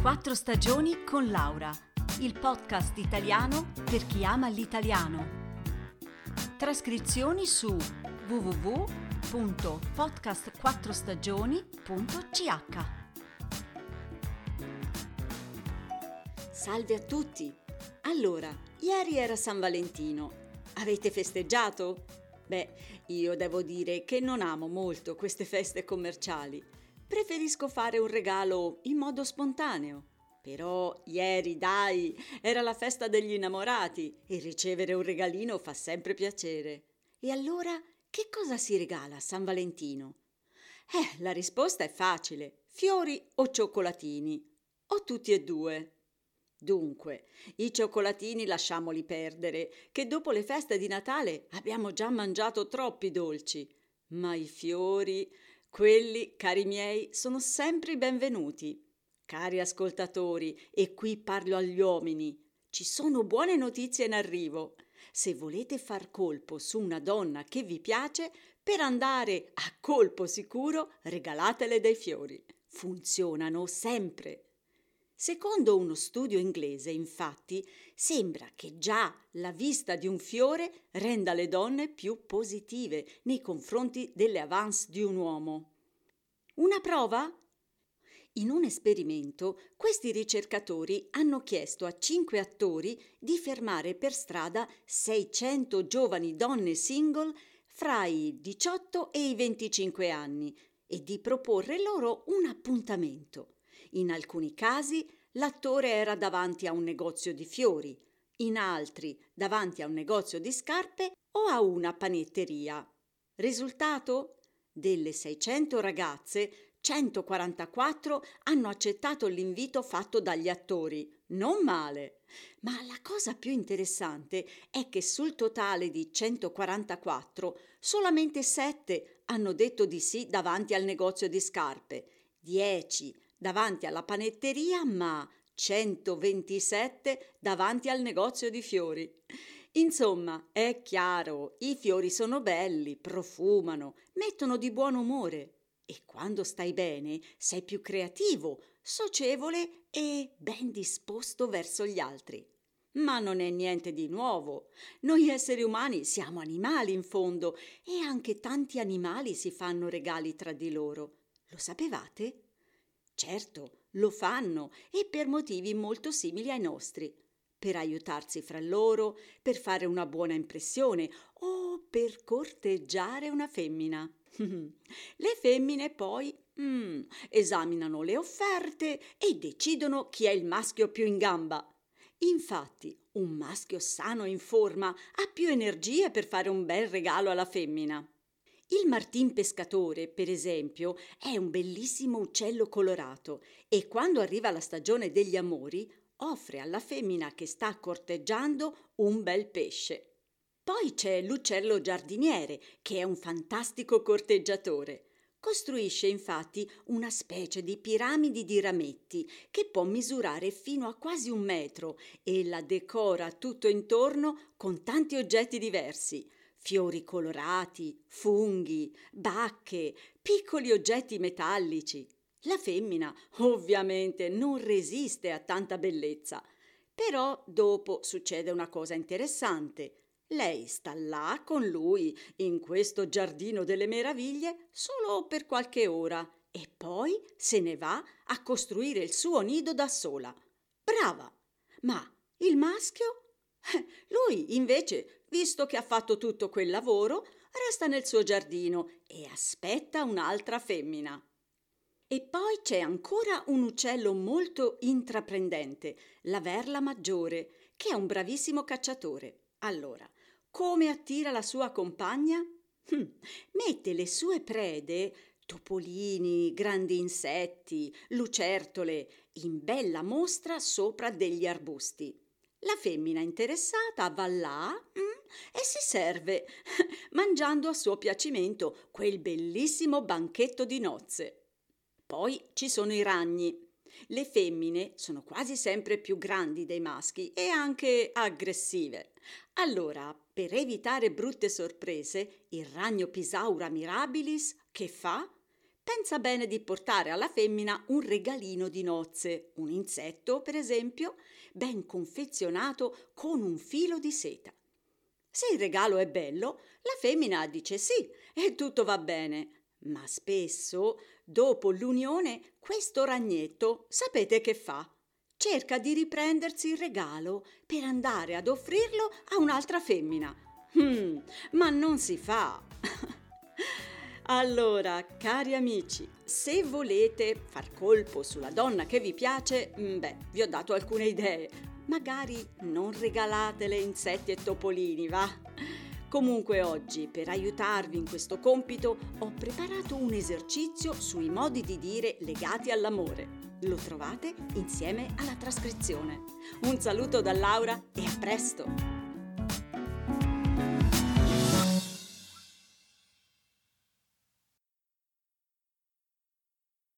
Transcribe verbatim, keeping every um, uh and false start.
Quattro stagioni con Laura, il podcast italiano per chi ama l'italiano. Trascrizioni su w w w punto podcast quattro stagioni punto c h. Salve a tutti! Allora, ieri era San Valentino. Avete festeggiato? Beh, io devo dire che non amo molto queste feste commerciali. Preferisco fare un regalo in modo spontaneo. Però ieri, dai, era la festa degli innamorati e ricevere un regalino fa sempre piacere. E allora, che cosa si regala a San Valentino? Eh, la risposta è facile: fiori o cioccolatini, o tutti e due. Dunque, i cioccolatini lasciamoli perdere, che dopo le feste di Natale abbiamo già mangiato troppi dolci. Ma i fiori, quelli, cari miei, sono sempre i benvenuti. Cari ascoltatori, e qui parlo agli uomini, ci sono buone notizie in arrivo. Se volete far colpo su una donna che vi piace, per andare a colpo sicuro, regalatele dei fiori. Funzionano sempre. Secondo uno studio inglese, infatti, sembra che già la vista di un fiore renda le donne più positive nei confronti delle avance di un uomo. Una prova? In un esperimento, questi ricercatori hanno chiesto a cinque attori di fermare per strada seicento giovani donne single fra i diciotto e i venticinque anni e di proporre loro un appuntamento. In alcuni casi l'attore era davanti a un negozio di fiori, in altri davanti a un negozio di scarpe o a una panetteria. Risultato? Delle seicento ragazze, centoquarantaquattro hanno accettato l'invito fatto dagli attori. Non male! Ma la cosa più interessante è che sul totale di centoquarantaquattro solamente sette hanno detto di sì davanti al negozio di scarpe, dieci davanti alla panetteria, ma centoventisette davanti al negozio di fiori. Insomma, è chiaro, i fiori sono belli, profumano, mettono di buon umore e quando stai bene sei più creativo, socievole e ben disposto verso gli altri. Ma non è niente di nuovo. Noi esseri umani siamo animali in fondo e anche tanti animali si fanno regali tra di loro. Lo sapevate? Certo, lo fanno e per motivi molto simili ai nostri. Per aiutarsi fra loro, per fare una buona impressione o per corteggiare una femmina. Le femmine poi mm, esaminano le offerte e decidono chi è il maschio più in gamba. Infatti, un maschio sano e in forma ha più energie per fare un bel regalo alla femmina. Il martin pescatore, per esempio, è un bellissimo uccello colorato e quando arriva la stagione degli amori offre alla femmina che sta corteggiando un bel pesce. Poi c'è l'uccello giardiniere, che è un fantastico corteggiatore. Costruisce infatti una specie di piramidi di rametti che può misurare fino a quasi un metro e la decora tutto intorno con tanti oggetti diversi. Fiori colorati, funghi, bacche, piccoli oggetti metallici. La femmina ovviamente non resiste a tanta bellezza, però dopo succede una cosa interessante. Lei sta là con lui in questo giardino delle meraviglie solo per qualche ora e poi se ne va a costruire il suo nido da sola. Brava! Ma il maschio? Lui invece, visto che ha fatto tutto quel lavoro, resta nel suo giardino e aspetta un'altra femmina. E poi c'è ancora un uccello molto intraprendente, la verla maggiore, che è un bravissimo cacciatore. Allora, come attira la sua compagna? Hm, mette le sue prede, topolini, grandi insetti, lucertole, in bella mostra sopra degli arbusti. La femmina interessata va là mm, e si serve, mangiando a suo piacimento quel bellissimo banchetto di nozze. Poi ci sono i ragni. Le femmine sono quasi sempre più grandi dei maschi e anche aggressive. Allora, per evitare brutte sorprese, il ragno Pisaura mirabilis che fa? pensa bene di portare alla femmina un regalino di nozze, un insetto, per esempio, ben confezionato con un filo di seta. Se il regalo è bello, la femmina dice sì e tutto va bene, ma spesso, dopo l'unione, questo ragnetto, sapete che fa? Cerca di riprendersi il regalo per andare ad offrirlo a un'altra femmina. Hmm, ma non si fa! Allora, cari amici, se volete far colpo sulla donna che vi piace, beh, vi ho dato alcune idee. Magari non regalatele insetti e topolini, va? Comunque oggi, per aiutarvi in questo compito, ho preparato un esercizio sui modi di dire legati all'amore. Lo trovate insieme alla trascrizione. Un saluto da Laura e a presto!